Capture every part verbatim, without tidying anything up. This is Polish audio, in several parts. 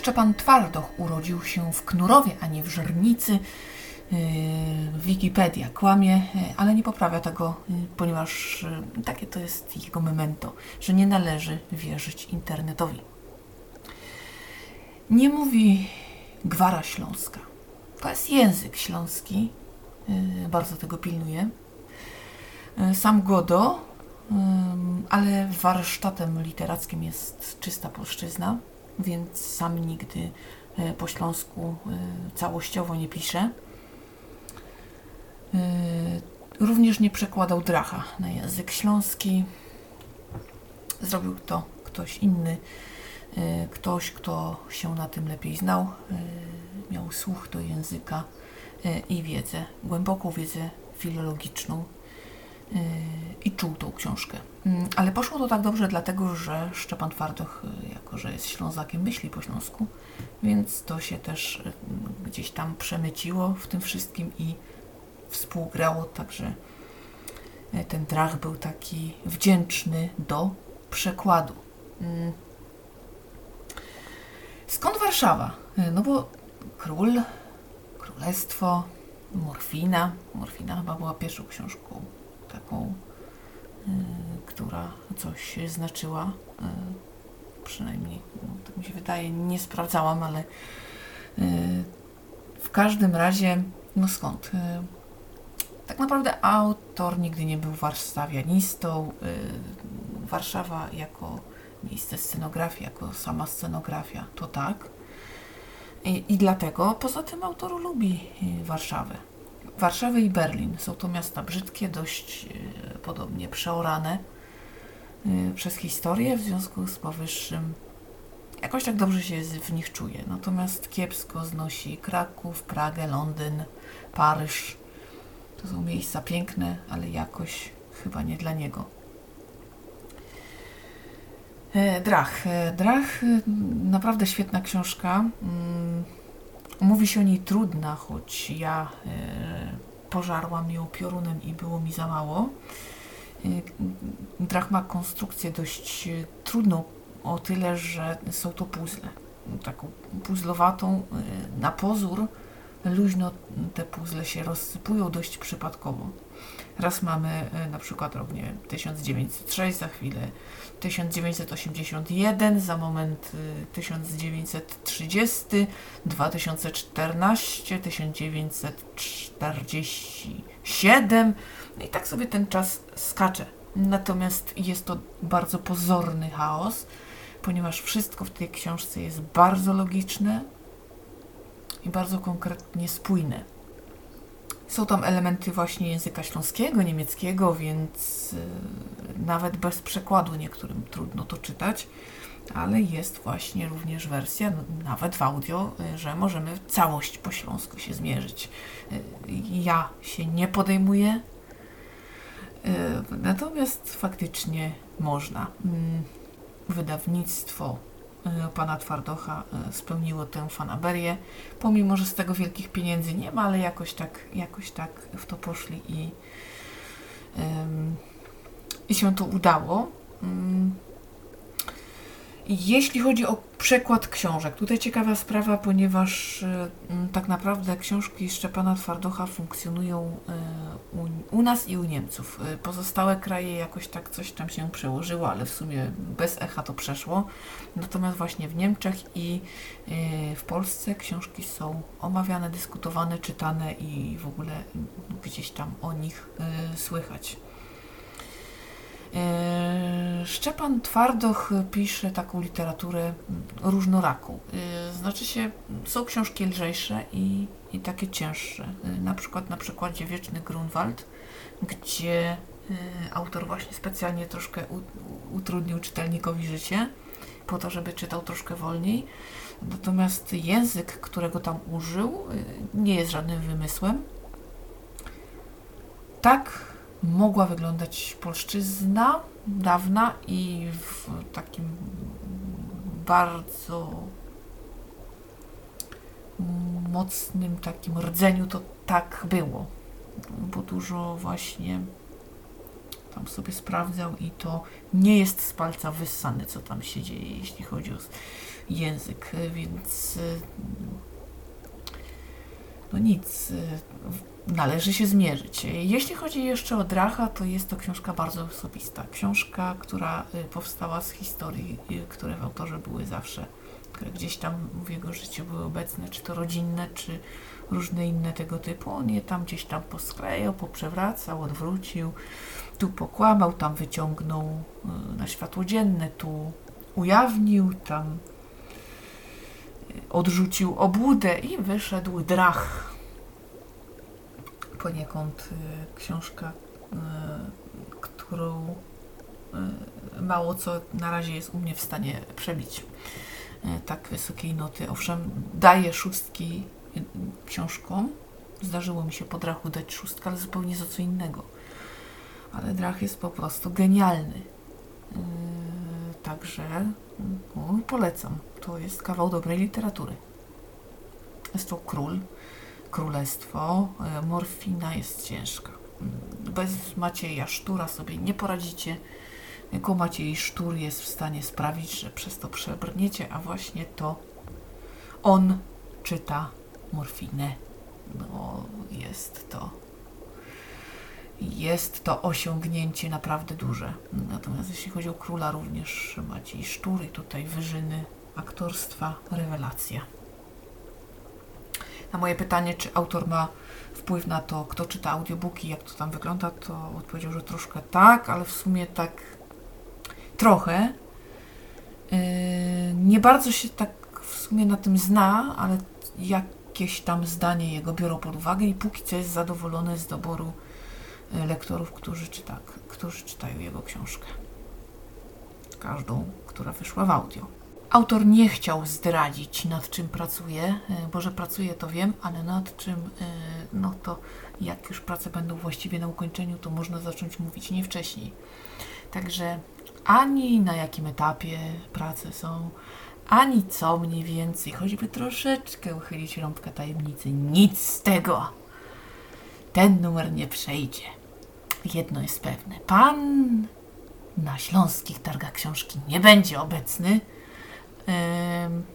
Szczepan Twardoch urodził się w Knurowie, a nie w Żernicy. Wikipedia kłamie, ale nie poprawia tego, ponieważ takie to jest jego memento, że nie należy wierzyć internetowi. Nie mówi gwara śląska. To jest język śląski. Bardzo tego pilnuje. Sam Godo, ale warsztatem literackim jest czysta polszczyzna, więc sam nigdy po śląsku całościowo nie pisze. Również nie przekładał Dracha na język śląski. Zrobił to ktoś inny, ktoś, kto się na tym lepiej znał, miał słuch do języka i wiedzę, głęboką wiedzę filologiczną i czuł tą książkę. Ale poszło to tak dobrze dlatego, że Szczepan Twardoch, jako że jest Ślązakiem, myśli po śląsku, więc to się też gdzieś tam przemyciło w tym wszystkim i współgrało, także ten Drach był taki wdzięczny do przekładu. Skąd Warszawa? No bo król, królestwo, Morfina. Morfina chyba była pierwszą książką taką, która coś znaczyła. Przynajmniej, no, tak mi się wydaje, nie sprawdzałam, ale w każdym razie, no skąd? Tak naprawdę autor nigdy nie był warszawianistą. Warszawa jako miejsce scenografii, jako sama scenografia, to tak. I, I dlatego, poza tym autor lubi Warszawę. Warszawę i Berlin. Są to miasta brzydkie, dość e, podobnie przeorane e, przez historię, w związku z powyższym jakoś tak dobrze się w nich czuje. Natomiast kiepsko znosi Kraków, Pragę, Londyn, Paryż. To są miejsca piękne, ale jakoś chyba nie dla niego. Drach. Drach, naprawdę świetna książka. Mówi się o niej trudna, choć ja pożarłam ją piorunem i było mi za mało. Drach ma konstrukcję dość trudną, o tyle, że są to puzzle. Taką puzzlowatą, na pozór luźno te puzzle się rozsypują dość przypadkowo. Raz mamy na przykład rok, nie wiem, tysiąc dziewięćset sześć, za chwilę tysiąc dziewięćset osiemdziesiąt jeden, za moment tysiąc dziewięćset trzydziesty, dwa tysiące czternasty, tysiąc dziewięćset czterdzieści siedem i tak sobie ten czas skacze. Natomiast jest to bardzo pozorny chaos, ponieważ wszystko w tej książce jest bardzo logiczne i bardzo konkretnie spójne. Są tam elementy właśnie języka śląskiego, niemieckiego, więc yy, nawet bez przekładu niektórym trudno to czytać, ale jest właśnie również wersja, no, nawet w audio, yy, że możemy całość po śląsku się zmierzyć. Yy, ja się nie podejmuję, yy, natomiast faktycznie można. Yy, wydawnictwo pana Twardocha spełniło tę fanaberię, pomimo że z tego wielkich pieniędzy nie ma, ale jakoś tak, jakoś tak w to poszli i, um, i się to udało. Um, jeśli chodzi o przekład książek, tutaj ciekawa sprawa, ponieważ um, tak naprawdę książki Szczepana Twardocha funkcjonują um, u, u nas i u Niemców. Pozostałe kraje jakoś tak coś tam się przełożyło, ale w sumie bez echa to przeszło. Natomiast właśnie w Niemczech i y, w Polsce książki są omawiane, dyskutowane, czytane i w ogóle gdzieś tam o nich y, słychać. Szczepan Twardoch pisze taką literaturę różnoraką. Znaczy się, są książki lżejsze i, i takie cięższe. Na przykład na przykładzie Wieczny Grunwald, gdzie autor właśnie specjalnie troszkę utrudnił czytelnikowi życie, po to, żeby czytał troszkę wolniej. Natomiast język, którego tam użył, nie jest żadnym wymysłem. Tak mogła wyglądać polszczyzna dawna i w takim bardzo mocnym takim rdzeniu to tak było, bo dużo właśnie tam sobie sprawdzał i to nie jest z palca wyssane, co tam się dzieje, jeśli chodzi o język, więc no nic, należy się zmierzyć. Jeśli chodzi jeszcze o Dracha, to jest to książka bardzo osobista. Książka, która powstała z historii, które w autorze były zawsze, które gdzieś tam w jego życiu były obecne, czy to rodzinne, czy różne inne tego typu. On je tam gdzieś tam posklejał, poprzewracał, odwrócił, tu pokłamał, tam wyciągnął na światło dzienne, tu ujawnił, tam odrzucił obłudę i wyszedł Drach. Poniekąd y, książka, y, którą y, mało co na razie jest u mnie w stanie przebić y, tak wysokiej noty. Owszem, daję szóstki y, książkom. Zdarzyło mi się po Drachu dać szóstkę, ale zupełnie za co innego. Ale Drach jest po prostu genialny. Yy, także no, polecam. To jest kawał dobrej literatury. Jest to król, królestwo. Yy, morfina jest ciężka. Yy, bez Macieja Sztura sobie nie poradzicie. Tylko Maciej Sztur jest w stanie sprawić, że przez to przebrniecie, a właśnie to on czyta morfinę. No, jest to Jest to osiągnięcie naprawdę duże. Natomiast jeśli chodzi o króla, również Maciej Sztur i tutaj wyżyny aktorstwa, rewelacja. Na moje pytanie, czy autor ma wpływ na to, kto czyta audiobooki, jak to tam wygląda, to odpowiedział, że troszkę tak, ale w sumie tak trochę. Yy, nie bardzo się tak w sumie na tym zna, ale jakieś tam zdanie jego biorą pod uwagę i póki co jest zadowolony z doboru lektorów, którzy, czyta, którzy czytają jego książkę. Każdą, która wyszła w audio. Autor nie chciał zdradzić, nad czym pracuje, bo że pracuje, to wiem, ale nad czym, no to jak już prace będą właściwie na ukończeniu, to można zacząć mówić nie wcześniej. Także ani na jakim etapie prace są, ani co mniej więcej, choćby troszeczkę uchylić rąbkę tajemnicy. Nic z tego. Ten numer nie przejdzie. Jedno jest pewne. Pan na Śląskich Targach Książki nie będzie obecny. Ym.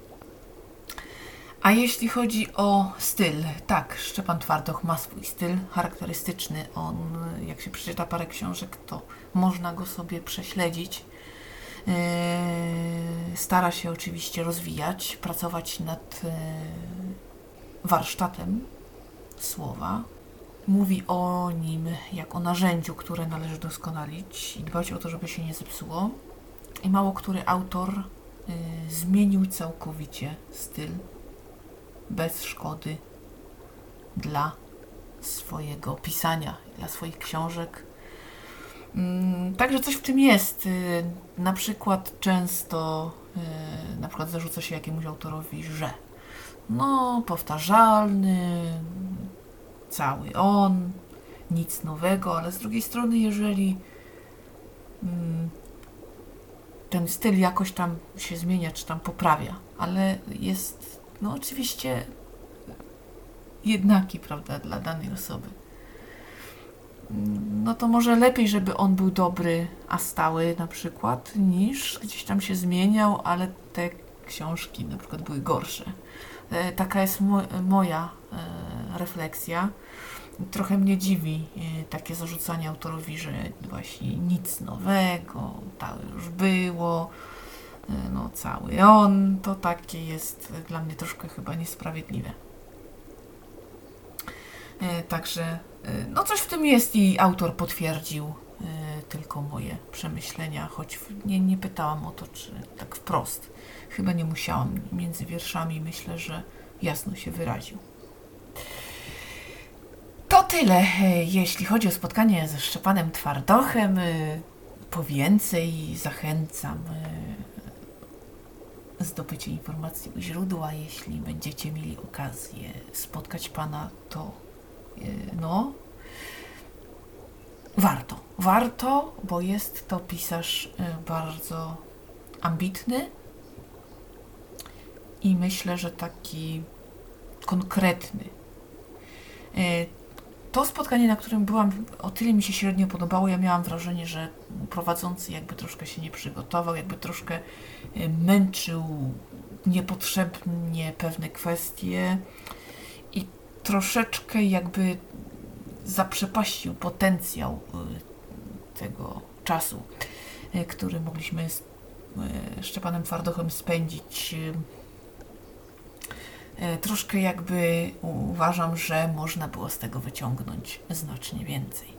A jeśli chodzi o styl, tak, Szczepan Twardoch ma swój styl charakterystyczny. On, jak się przeczyta parę książek, to można go sobie prześledzić. Yy, stara się oczywiście rozwijać, pracować nad yy, warsztatem słowa. Mówi o nim jak o narzędziu, które należy doskonalić i dbać o to, żeby się nie zepsuło. I mało który autor y, zmienił całkowicie styl bez szkody dla swojego pisania, dla swoich książek. Y, także coś w tym jest. Y, na przykład często y, na przykład zarzuca się jakiemuś autorowi, że no powtarzalny, cały on, nic nowego, ale z drugiej strony, jeżeli mm, ten styl jakoś tam się zmienia, czy tam poprawia, ale jest, no oczywiście jednaki, prawda, dla danej osoby, no to może lepiej, żeby on był dobry, a stały na przykład, niż gdzieś tam się zmieniał, ale te książki na przykład były gorsze. E, taka jest mo moja e, refleksja. Trochę mnie dziwi e, takie zarzucanie autorowi, że właśnie nic nowego, to już było, e, no cały on, to takie jest dla mnie troszkę chyba niesprawiedliwe. E, także, e, no coś w tym jest i autor potwierdził e, tylko moje przemyślenia, choć nie, nie pytałam o to, czy tak wprost. Chyba nie musiałam. Między wierszami myślę, że jasno się wyraził. To tyle, jeśli chodzi o spotkanie ze Szczepanem Twardochem. Po więcej zachęcam zdobycie informacji u źródła. Jeśli będziecie mieli okazję spotkać Pana, to no warto. Warto, bo jest to pisarz bardzo ambitny i myślę, że taki konkretny. to spotkanie, na którym byłam, o tyle mi się średnio podobało. Ja miałam wrażenie, że prowadzący jakby troszkę się nie przygotował, jakby troszkę męczył niepotrzebnie pewne kwestie i troszeczkę jakby zaprzepaścił potencjał tego czasu, który mogliśmy z Szczepanem Twardochem spędzić. Troszkę jakby uważam, że można było z tego wyciągnąć znacznie więcej.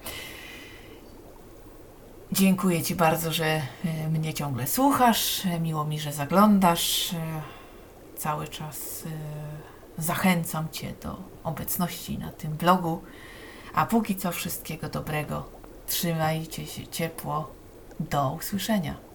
Dziękuję Ci bardzo, że mnie ciągle słuchasz. Miło mi, że zaglądasz. Cały czas zachęcam Cię do obecności na tym blogu. A póki co wszystkiego dobrego. Trzymajcie się ciepło. Do usłyszenia.